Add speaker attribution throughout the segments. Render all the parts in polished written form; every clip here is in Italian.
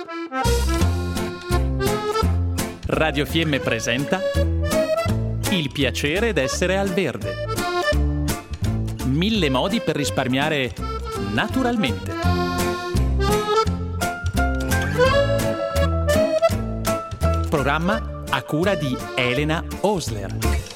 Speaker 1: Radio Fiemme presenta Il piacere d'essere al verde. 1000 modi per risparmiare naturalmente. Programma a cura di Elena Osler.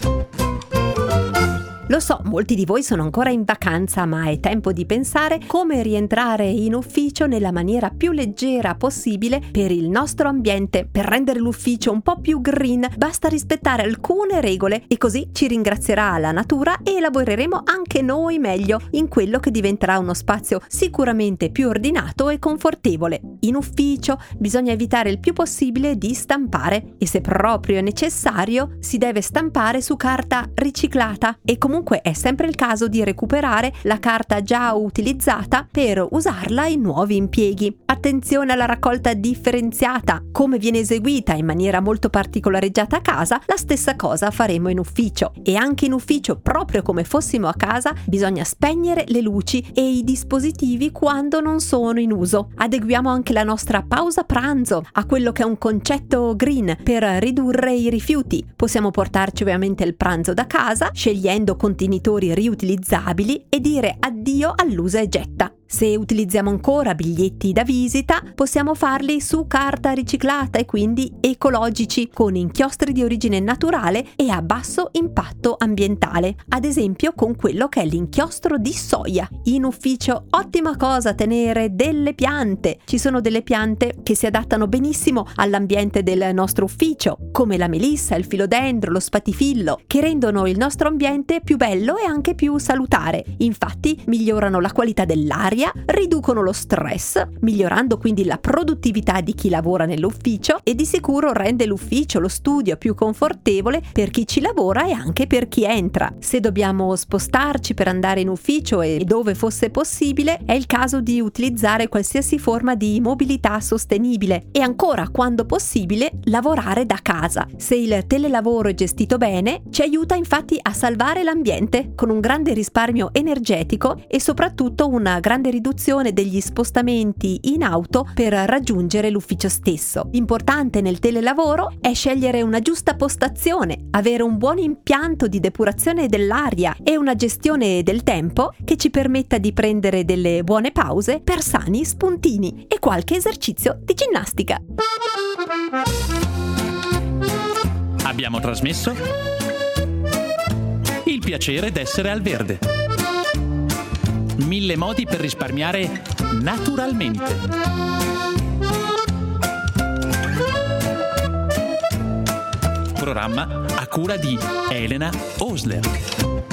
Speaker 2: Lo so, molti di voi sono ancora in vacanza, ma è tempo di pensare come rientrare in ufficio nella maniera più leggera possibile per il nostro ambiente. Per rendere l'ufficio un po' più green basta rispettare alcune regole e così ci ringrazierà la natura e lavoreremo anche noi meglio in quello che diventerà uno spazio sicuramente più ordinato e confortevole. In ufficio bisogna evitare il più possibile di stampare e se proprio è necessario si deve stampare su carta riciclata e comunque è sempre il caso di recuperare la carta già utilizzata per usarla in nuovi impieghi. Attenzione alla raccolta differenziata, come viene eseguita in maniera molto particolareggiata a casa, la stessa cosa faremo in ufficio. E anche in ufficio, proprio come fossimo a casa, bisogna spegnere le luci e i dispositivi quando non sono in uso. Adeguiamo anche la nostra pausa pranzo a quello che è un concetto green per ridurre i rifiuti. Possiamo portarci ovviamente il pranzo da casa, scegliendo contenitori riutilizzabili e dire addio all'usa e getta. Se utilizziamo ancora biglietti da visita, possiamo farli su carta riciclata e quindi ecologici, con inchiostri di origine naturale e a basso impatto ambientale, ad esempio con quello che è l'inchiostro di soia. In ufficio, ottima cosa tenere delle piante. Ci sono delle piante che si adattano benissimo all'ambiente del nostro ufficio, come la melissa, il filodendro, lo spatifillo, che rendono il nostro ambiente più bello e anche più salutare. Infatti, migliorano la qualità dell'aria, riducono lo stress, migliorando quindi la produttività di chi lavora nell'ufficio e di sicuro rende l'ufficio, lo studio più confortevole per chi ci lavora e anche per chi entra. Se dobbiamo spostarci per andare in ufficio e dove fosse possibile, è il caso di utilizzare qualsiasi forma di mobilità sostenibile e ancora, quando possibile, lavorare da casa. Se il telelavoro è gestito bene, ci aiuta infatti a salvare l'ambiente con un grande risparmio energetico e soprattutto una grande riduzione degli spostamenti in auto per raggiungere l'ufficio stesso. L'importante nel telelavoro è scegliere una giusta postazione, avere un buon impianto di depurazione dell'aria e una gestione del tempo che ci permetta di prendere delle buone pause per sani spuntini e qualche esercizio di ginnastica.
Speaker 1: Abbiamo trasmesso Il piacere d'essere al verde. 1000 modi per risparmiare naturalmente. Programma a cura di Elena Osler.